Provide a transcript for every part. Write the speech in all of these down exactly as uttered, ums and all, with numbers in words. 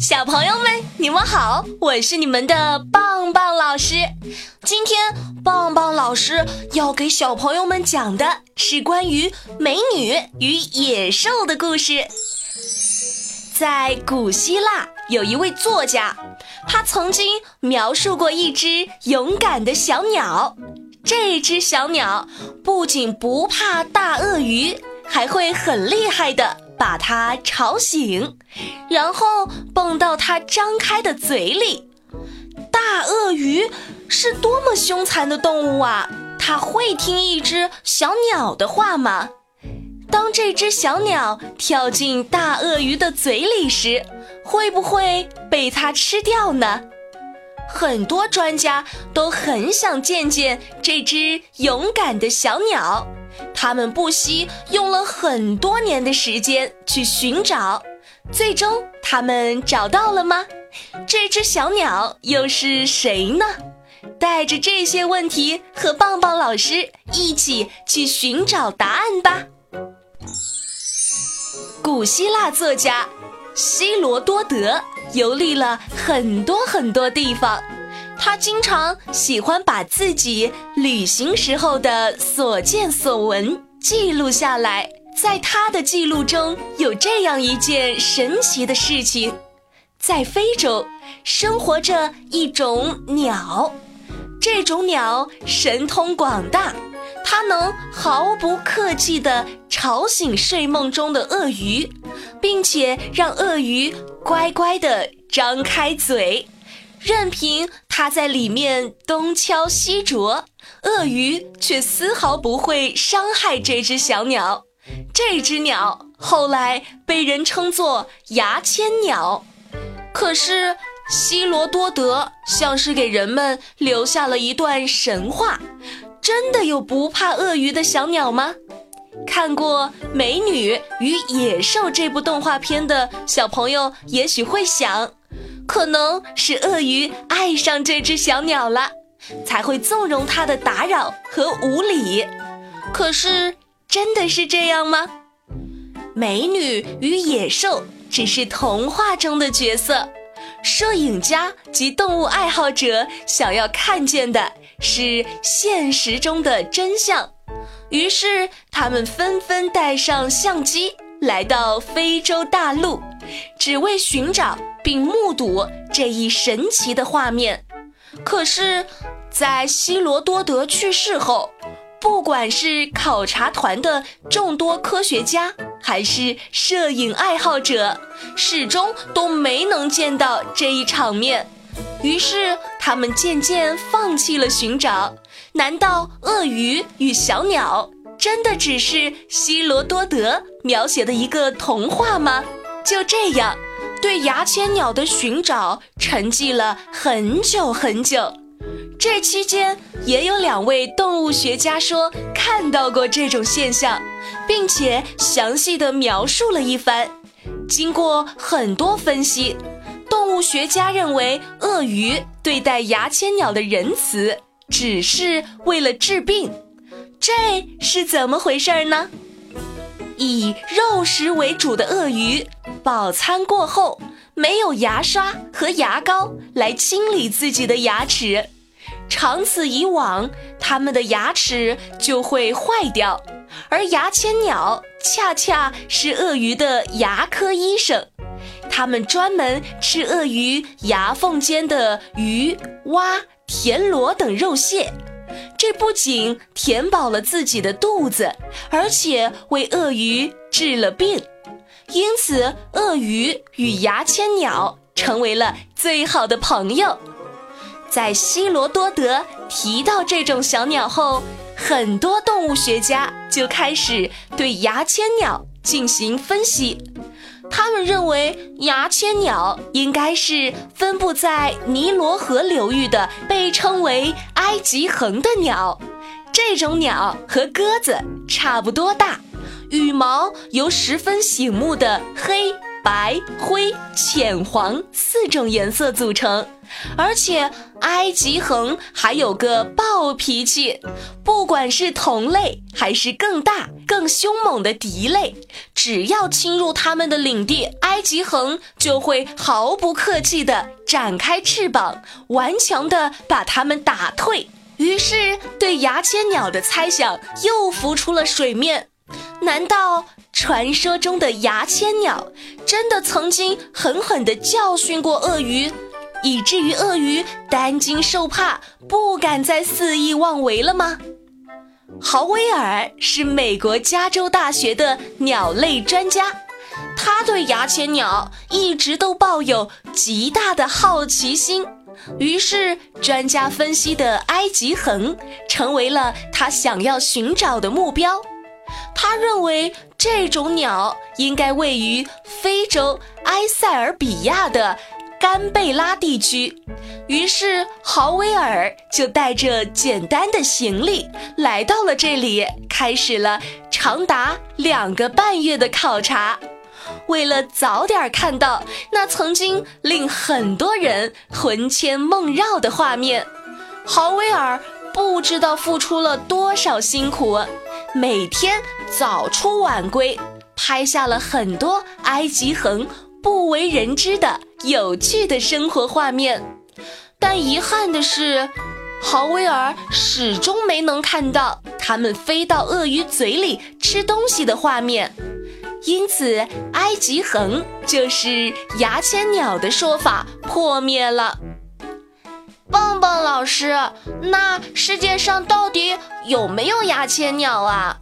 小朋友们，你们好，我是你们的棒棒老师。今天棒棒老师要给小朋友们讲的是关于美女与野兽的故事。在古希腊有一位作家，他曾经描述过一只勇敢的小鸟。这只小鸟不仅不怕大鳄鱼，还会很厉害的把它吵醒，然后蹦到它张开的嘴里。大鳄鱼是多么凶残的动物啊，它会听一只小鸟的话吗？当这只小鸟跳进大鳄鱼的嘴里时，会不会被它吃掉呢？很多专家都很想见见这只勇敢的小鸟，他们不惜用了很多年的时间去寻找，最终他们找到了吗？这只小鸟又是谁呢？带着这些问题和棒棒老师一起去寻找答案吧。古希腊作家希罗多德游历了很多很多地方，他经常喜欢把自己旅行时候的所见所闻记录下来。在他的记录中有这样一件神奇的事情，在非洲生活着一种鸟，这种鸟神通广大，它能毫不客气地吵醒睡梦中的鳄鱼，并且让鳄鱼乖乖地张开嘴，任凭它在里面东敲西啄，鳄鱼却丝毫不会伤害这只小鸟。这只鸟后来被人称作牙签鸟。可是希罗多德像是给人们留下了一段神话，真的有不怕鳄鱼的小鸟吗？看过《美女与野兽》这部动画片的小朋友也许会想，可能是鳄鱼爱上这只小鸟了，才会纵容它的打扰和无礼。可是真的是这样吗？美女与野兽只是童话中的角色，摄影家及动物爱好者想要看见的是现实中的真相。于是他们纷纷带上相机来到非洲大陆，只为寻找并目睹这一神奇的画面。可是在希罗多德去世后，不管是考察团的众多科学家还是摄影爱好者，始终都没能见到这一场面。于是他们渐渐放弃了寻找。难道鳄鱼与小鸟真的只是希罗多德描写的一个童话吗？就这样，对牙签鸟的寻找沉寂了很久很久。这期间也有两位动物学家说看到过这种现象，并且详细地描述了一番。经过很多分析，动物学家认为鳄鱼对待牙签鸟的仁慈只是为了治病。这是怎么回事呢？以肉食为主的鳄鱼，饱餐过后没有牙刷和牙膏来清理自己的牙齿，长此以往，它们的牙齿就会坏掉。而牙签鸟恰恰是鳄鱼的牙科医生，它们专门吃鳄鱼牙缝间的鱼、蛙、田螺等肉屑。这不仅填饱了自己的肚子，而且为鳄鱼治了病。因此鳄鱼与牙签鸟成为了最好的朋友。在希罗多德提到这种小鸟后，很多动物学家就开始对牙签鸟进行分析。他们认为牙签鸟应该是分布在尼罗河流域的被称为埃及恒的鸟。这种鸟和鸽子差不多大，羽毛由十分醒目的黑、 白、灰、浅黄四种颜色组成。而且埃及恒还有个暴脾气，不管是同类还是更大更凶猛的敌类，只要侵入他们的领地，埃及恒就会毫不客气地展开翅膀，顽强地把他们打退。于是对牙签鸟的猜想又浮出了水面，难道传说中的牙签鸟真的曾经狠狠地教训过鳄鱼，以至于鳄鱼担惊受怕，不敢再肆意妄为了吗？豪威尔是美国加州大学的鸟类专家，他对牙签鸟一直都抱有极大的好奇心，于是专家分析的埃及恒成为了他想要寻找的目标。他认为这种鸟应该位于非洲埃塞俄比亚的甘贝拉地区，于是豪威尔就带着简单的行李来到了这里，开始了长达两个半月的考察。为了早点看到那曾经令很多人魂牵梦绕的画面，豪威尔不知道付出了多少辛苦，每天早出晚归，拍下了很多埃及恒不为人知的有趣的生活画面。但遗憾的是，豪威尔始终没能看到它们飞到鳄鱼嘴里吃东西的画面，因此埃及恒就是牙签鸟的说法破灭了。棒棒老师，那世界上到底有没有牙签鸟啊？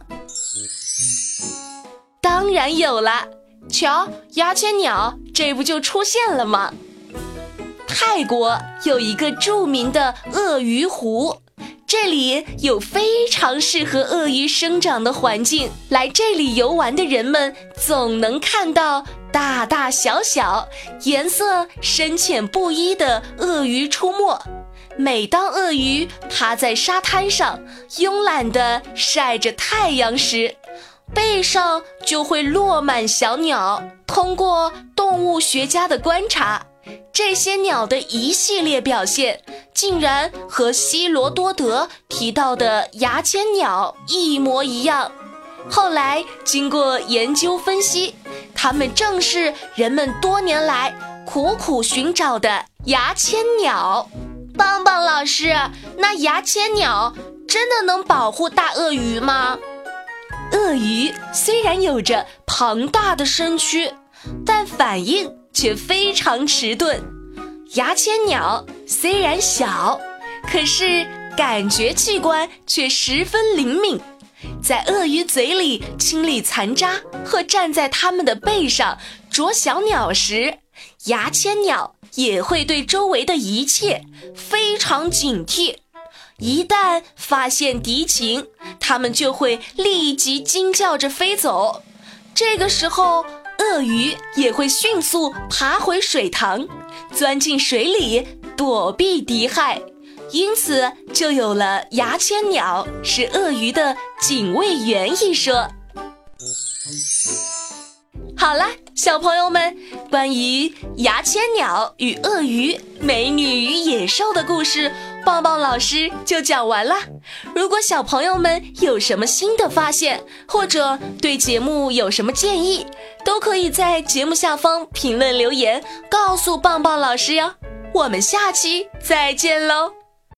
当然有了，瞧，牙签鸟这不就出现了吗？泰国有一个著名的鳄鱼湖，这里有非常适合鳄鱼生长的环境，来这里游玩的人们总能看到大大小小、颜色深浅不一的鳄鱼出没。每当鳄鱼趴在沙滩上慵懒地晒着太阳时，背上就会落满小鸟。通过动物学家的观察，这些鸟的一系列表现竟然和希罗多德提到的牙签鸟一模一样。后来经过研究分析，它们正是人们多年来苦苦寻找的牙签鸟。棒棒老师，那牙签鸟真的能保护大鳄鱼吗？鳄鱼虽然有着庞大的身躯，但反应却非常迟钝。牙签鸟虽然小，可是感觉器官却十分灵敏，在鳄鱼嘴里清理残渣或站在它们的背上啄小鸟时，牙签鸟也会对周围的一切非常警惕。一旦发现敌情，它们就会立即惊叫着飞走。这个时候，鳄鱼也会迅速爬回水塘，钻进水里躲避敌害。因此就有了牙签鸟是鳄鱼的警卫员一说。好啦，小朋友们，关于牙签鸟与鳄鱼、美女与野兽的故事，棒棒老师就讲完了。如果小朋友们有什么新的发现，或者对节目有什么建议，都可以在节目下方评论留言告诉棒棒老师哟。我们下期再见喽。